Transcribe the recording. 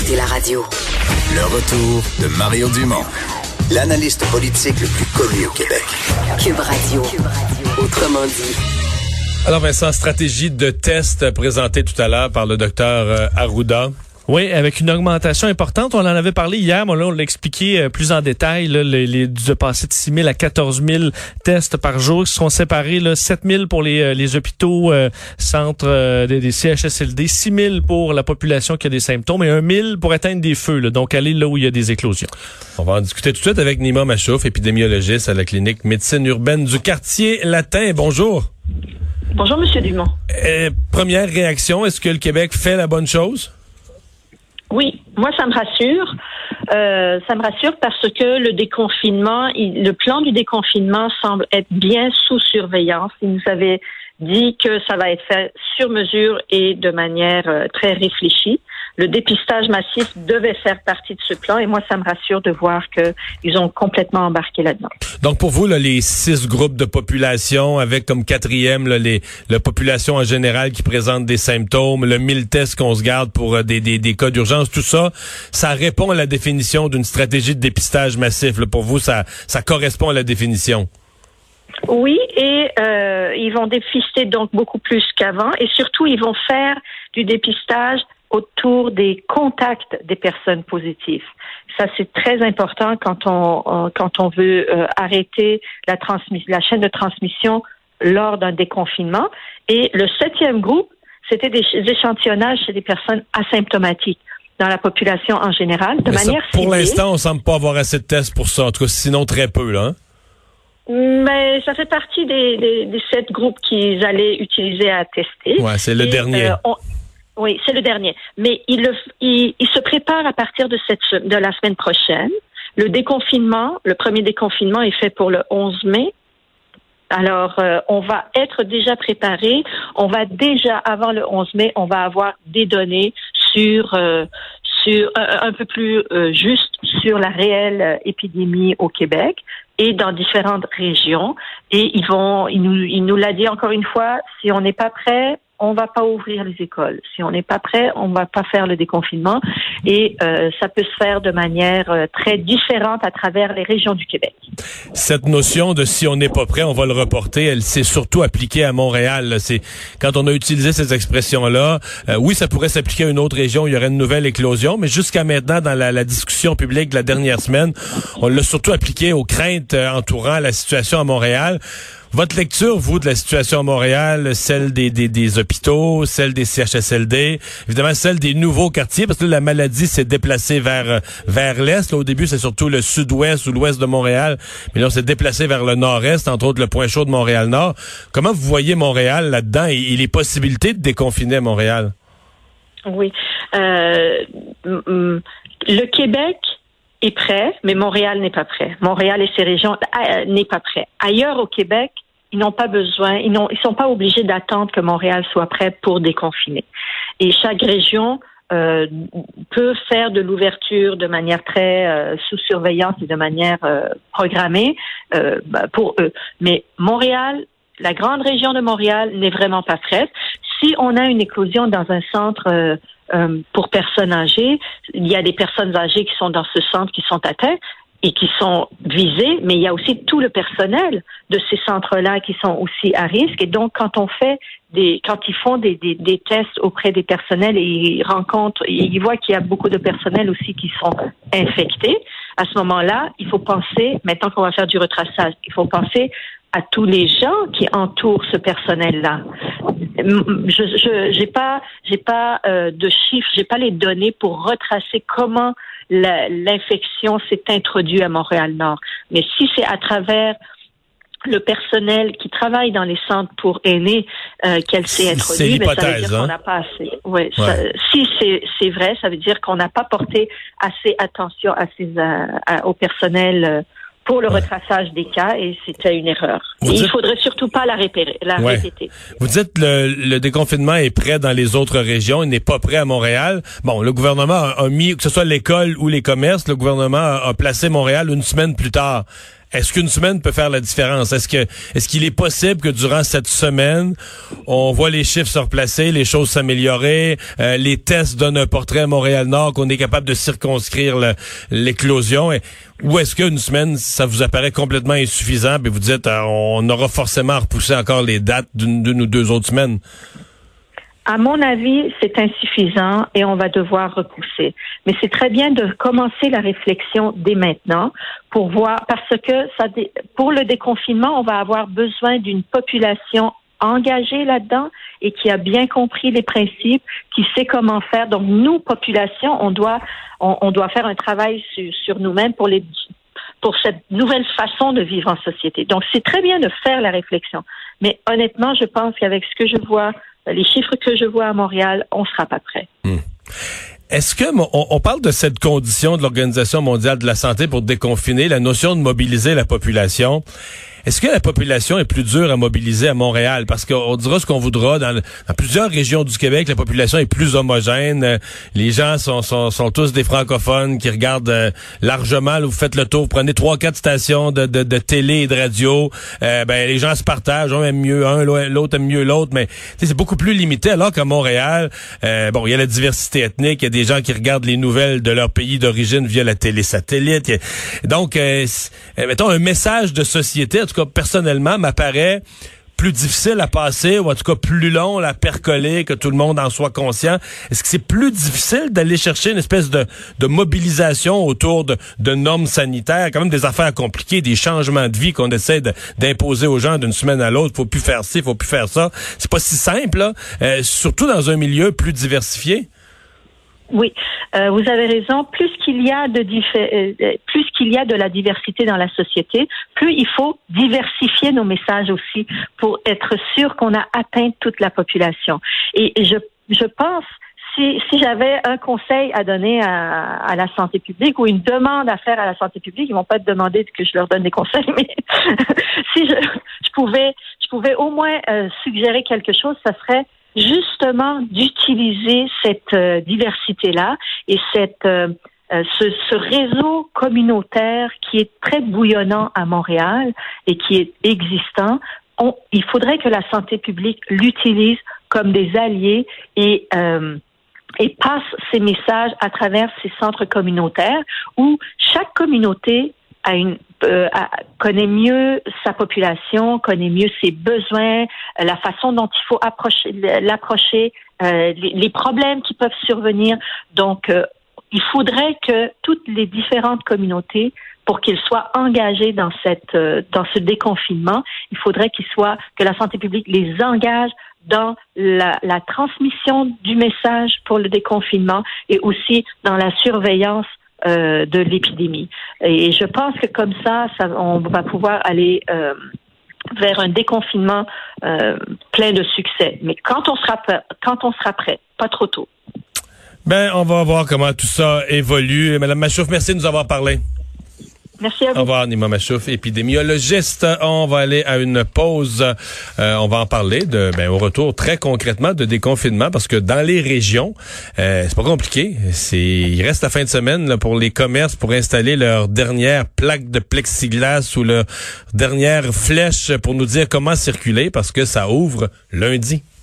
écoutez la radio. Le retour de Mario Dumont, l'analyste politique le plus connu au Québec. Cube Radio. Autrement dit. Alors Vincent, stratégie de test présentée tout à l'heure par le docteur Arruda. Oui, avec une augmentation importante. On en avait parlé hier, mais là, on l'a expliqué plus en détail. Là, de passer de 6 000 à 14 000 tests par jour qui seront séparés. Là, 7 000 pour les hôpitaux, centres des CHSLD, 6 000 pour la population qui a des symptômes et 1 000 pour atteindre des feux. Là, donc, aller là où il y a des éclosions. On va en discuter tout de suite avec Nima Machouf, épidémiologiste à la clinique médecine urbaine du quartier latin. Bonjour. Bonjour, M. Dumont. Première réaction, est-ce que le Québec fait la bonne chose? Oui, moi ça me rassure. Ça me rassure parce que le déconfinement, le plan du déconfinement semble être bien sous surveillance. Il nous avait dit que ça va être fait sur mesure et de manière très réfléchie. Le dépistage massif devait faire partie de ce plan et moi, ça me rassure de voir qu'ils ont complètement embarqué là-dedans. Donc, pour vous, là, les 6 groupes de population avec comme quatrième là, la population en général qui présente des symptômes, le 1000 tests qu'on se garde pour des cas d'urgence, tout ça, ça répond à la définition d'une stratégie de dépistage massif. Là. Pour vous, ça correspond à la définition. Oui, et ils vont dépister donc beaucoup plus qu'avant et surtout, ils vont faire du dépistage autour des contacts des personnes positives. Ça, c'est très important quand on veut arrêter la chaîne de transmission lors d'un déconfinement. Et le 7e groupe, c'était des échantillonnages chez des personnes asymptomatiques dans la population en général, de manière ciblée. Pour l'instant, on semble pas avoir assez de tests pour ça. En tout cas, sinon très peu, là. Hein? Mais ça fait partie des 7 groupes qu'ils allaient utiliser à tester. Ouais, c'est le dernier. Oui, c'est le dernier. Mais il se prépare à partir de la semaine prochaine. Le premier déconfinement est fait pour le 11 mai. Alors, on va être déjà préparé. On va déjà, avant le 11 mai, on va avoir des données sur un peu plus juste sur la réelle épidémie au Québec et dans différentes régions. Et il nous l'a dit encore une fois, si on n'est pas prêt, on va pas ouvrir les écoles. Si on n'est pas prêt, on va pas faire le déconfinement. Et ça peut se faire de manière très différente à travers les régions du Québec. Cette notion de si on n'est pas prêt, on va le reporter, elle s'est surtout appliquée à Montréal. Là. C'est quand on a utilisé ces expressions-là. Oui, ça pourrait s'appliquer à une autre région, il y aurait une nouvelle éclosion, mais jusqu'à maintenant, dans la discussion publique de la dernière semaine, on l'a surtout appliqué aux craintes entourant la situation à Montréal. Votre lecture, vous, de la situation à Montréal, celle des hôpitaux, celle des CHSLD, évidemment celle des nouveaux quartiers, parce que là, la maladie s'est déplacée vers l'est. Là, au début, c'est surtout le sud-ouest ou l'ouest de Montréal, mais là, on s'est déplacé vers le nord-est, entre autres le point chaud de Montréal-Nord. Comment vous voyez Montréal là-dedans et les possibilités de déconfiner à Montréal? Oui. Le Québec est prêt, mais Montréal n'est pas prêt. Montréal et ses régions n'est pas prêt. Ailleurs au Québec, ils n'ont pas besoin, ils sont pas obligés d'attendre que Montréal soit prêt pour déconfiner. Et chaque région peut faire de l'ouverture de manière très sous surveillance et de manière programmée pour eux. Mais Montréal, la grande région de Montréal n'est vraiment pas prête. Si on a une éclosion dans un centre pour personnes âgées, il y a des personnes âgées qui sont dans ce centre qui sont atteintes et qui sont visées, mais il y a aussi tout le personnel de ces centres-là qui sont aussi à risque. Et donc, quand ils font des tests auprès des personnels et ils voient qu'il y a beaucoup de personnel aussi qui sont infectés, à ce moment-là, il faut penser, maintenant qu'on va faire du retraçage, il faut penser à tous les gens qui entourent ce personnel-là. J'ai pas de chiffres, j'ai pas les données pour retracer comment l'infection s'est introduite à Montréal-Nord. Mais si c'est à travers le personnel qui travaille dans les centres pour aînés qu'elle s'est introduite, mais ça veut dire qu'on n'a pas assez. Oui, ouais. Si c'est vrai, ça veut dire qu'on n'a pas porté assez attention au personnel pour le retraçage des cas, et c'était une erreur. Il faudrait surtout pas la répéter. Vous dites le déconfinement est prêt dans les autres régions, il n'est pas prêt à Montréal. Bon, le gouvernement a mis, que ce soit l'école ou les commerces, le gouvernement a placé Montréal une semaine plus tard. Est-ce qu'une semaine peut faire la différence? Est-ce qu'il est possible que durant cette semaine, on voit les chiffres se replacer, les choses s'améliorer, les tests donnent un portrait à Montréal-Nord, qu'on est capable de circonscrire l'éclosion? Ou est-ce qu'une semaine, ça vous apparaît complètement insuffisant, puis vous dites, on aura forcément à repousser encore les dates d'une ou deux autres semaines? À mon avis, c'est insuffisant et on va devoir repousser. Mais c'est très bien de commencer la réflexion dès maintenant pour voir, parce que pour le déconfinement, on va avoir besoin d'une population engagée là-dedans et qui a bien compris les principes, qui sait comment faire. Donc, nous, population, on doit faire un travail sur nous-mêmes pour cette nouvelle façon de vivre en société. Donc, c'est très bien de faire la réflexion. Mais honnêtement, je pense qu'avec ce que je vois, les chiffres que je vois à Montréal, on sera pas prêt. Est-ce que on parle de cette condition de l'Organisation mondiale de la santé pour déconfiner, la notion de mobiliser la population? Est-ce que la population est plus dure à mobiliser à Montréal? Parce qu'on dira ce qu'on voudra. Dans plusieurs régions du Québec, la population est plus homogène. Les gens sont tous des francophones qui regardent largement. Là, vous faites le tour, vous prenez 3-4 stations de télé et de radio. Les gens se partagent. Un aime mieux un, l'autre aime mieux l'autre. Mais c'est beaucoup plus limité. Alors qu'à Montréal, il y a la diversité ethnique. Il y a des gens qui regardent les nouvelles de leur pays d'origine via la télé satellite. Donc, mettons, un message de société, en tout cas, personnellement, m'apparaît plus difficile à passer, ou en tout cas plus long à percoler, que tout le monde en soit conscient. Est-ce que c'est plus difficile d'aller chercher une espèce de mobilisation autour de normes sanitaires, quand même des affaires compliquées, des changements de vie qu'on essaie d'imposer aux gens d'une semaine à l'autre, faut plus faire ci, faut plus faire ça. C'est pas si simple, là, surtout dans un milieu plus diversifié. Oui, vous avez raison. Plus qu'il y a de la diversité dans la société, plus il faut diversifier nos messages aussi pour être sûr qu'on a atteint toute la population. Et je pense, si j'avais un conseil à donner à la santé publique ou une demande à faire à la santé publique, ils vont pas te demander que je leur donne des conseils, mais si je pouvais au moins suggérer quelque chose, ça serait justement d'utiliser cette diversité-là et ce réseau communautaire qui est très bouillonnant à Montréal et qui est existant. Il faudrait que la santé publique l'utilise comme des alliés et passe ces messages à travers ces centres communautaires où chaque communauté connaît mieux sa population, connaît mieux ses besoins, la façon dont il faut l'approcher, les problèmes qui peuvent survenir. Donc, il faudrait que toutes les différentes communautés, pour qu'ils soient engagés dans ce déconfinement, il faudrait que la santé publique les engage dans la transmission du message pour le déconfinement et aussi dans la surveillance de l'épidémie. Et je pense que comme ça, on va pouvoir aller vers un déconfinement plein de succès. Mais quand on sera prêt, pas trop tôt. On va voir comment tout ça évolue. Madame Mashouf, merci de nous avoir parlé. Merci à vous. Au revoir, Nima Mashouf, épidémiologiste. On va aller à une pause. On va en parler au retour très concrètement de déconfinement parce que dans les régions, c'est pas compliqué. Il reste la fin de semaine là, pour les commerces pour installer leur dernière plaque de plexiglas ou leur dernière flèche pour nous dire comment circuler parce que ça ouvre lundi.